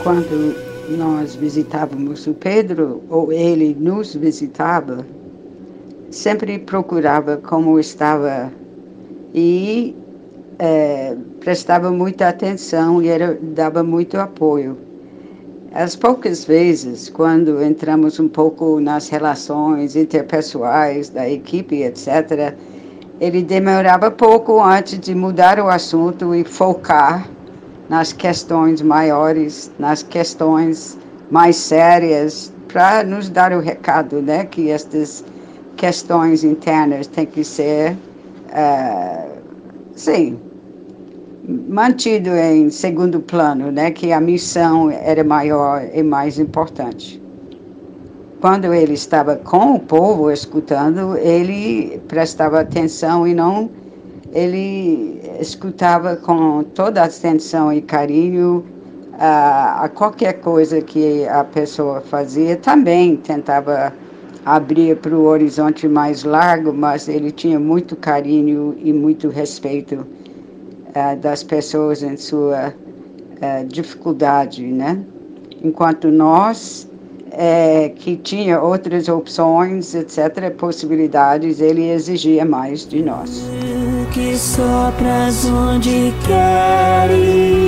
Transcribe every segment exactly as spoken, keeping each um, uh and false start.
quando nós visitávamos o Pedro, ou ele nos visitava, sempre procurava como estava e é, prestava muita atenção e era, dava muito apoio. As poucas vezes, quando entramos um pouco nas relações interpessoais da equipe, etcétera, ele demorava pouco antes de mudar o assunto e focar nas questões maiores, nas questões mais sérias, para nos dar o recado, né, que estas questões internas têm que ser, uh, sim, mantido em segundo plano, né, que a missão era maior e mais importante. Quando ele estava com o povo escutando, ele prestava atenção e não, ele escutava com toda a atenção e carinho a, a qualquer coisa que a pessoa fazia. Também tentava abrir para o horizonte mais largo, mas ele tinha muito carinho e muito respeito uh, das pessoas em sua uh, dificuldade, né? Enquanto nós, é, que tinha outras opções, etcétera, possibilidades, ele exigia mais de nós. Que sopras onde queres,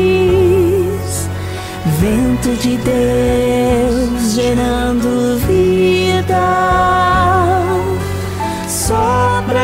vento de Deus gerando vida, sopra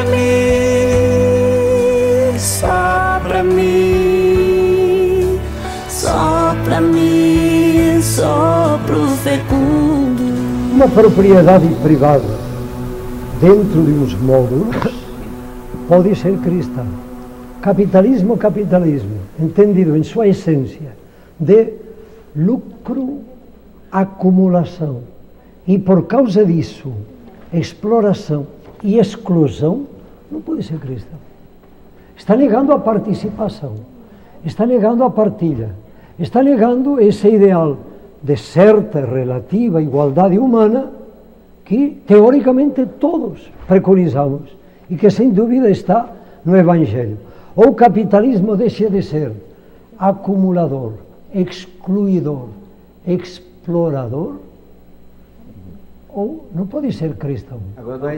mim, sopra mim, sopra mim, sopro fecundo. Uma propriedade privada dentro de uns módulos pode ser cristã. Capitalismo, capitalismo, entendido em sua essência de lucro, acumulação, e por causa disso, exploração e exclusão, não pode ser cristão. Está negando a participação, está negando a partilha, está negando esse ideal de certa relativa igualdade humana que, teoricamente, todos preconizamos e que, sem dúvida, está no Evangelho. Ou o capitalismo deixa de ser acumulador, excluidor, explorador, ou não pode ser cristão. Agora